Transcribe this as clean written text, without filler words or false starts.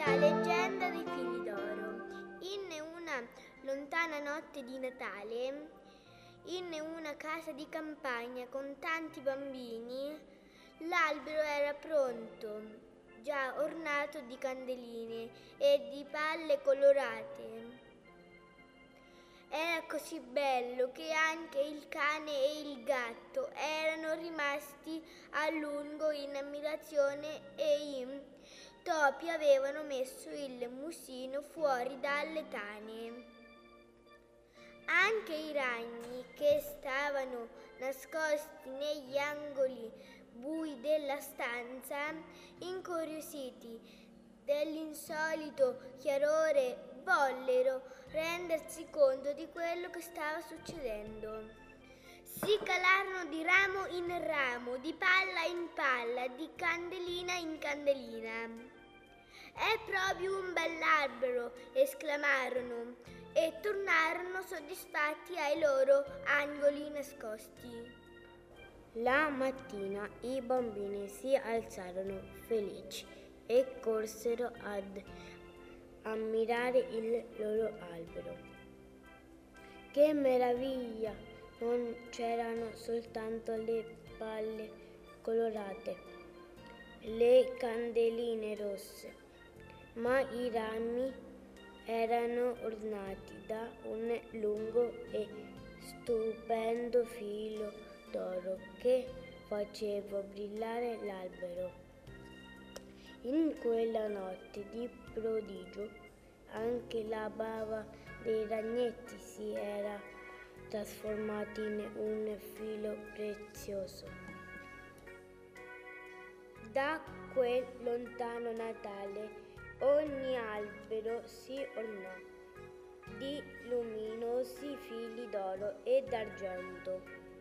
La leggenda dei figli d'oro. In una lontana notte di Natale, in una casa di campagna con tanti bambini, l'albero era pronto, già ornato di candeline e di palle colorate. Era così bello che anche il cane e il gatto erano rimasti a lungo in ammirazione e i topi avevano messo il musino fuori dalle tane. Anche i ragni, che stavano nascosti negli angoli bui della stanza, incuriositi dell'insolito chiarore, vollero rendersi conto di quello che stava succedendo. Si calarono di ramo in ramo, di palla in palla, di candelina in candelina. «È proprio un bell'albero!» esclamarono e tornarono soddisfatti ai loro angoli nascosti. La mattina i bambini si alzarono felici e corsero ad ammirare il loro albero. Che meraviglia! Non c'erano soltanto le palle colorate, le candeline rosse, ma i rami erano ornati da un lungo e stupendo filo d'oro che faceva brillare l'albero. In quella notte di prodigio anche la bava dei ragnetti si era trasformata in un filo prezioso. Da quel lontano Natale ogni albero si ornò di luminosi fili d'oro e d'argento.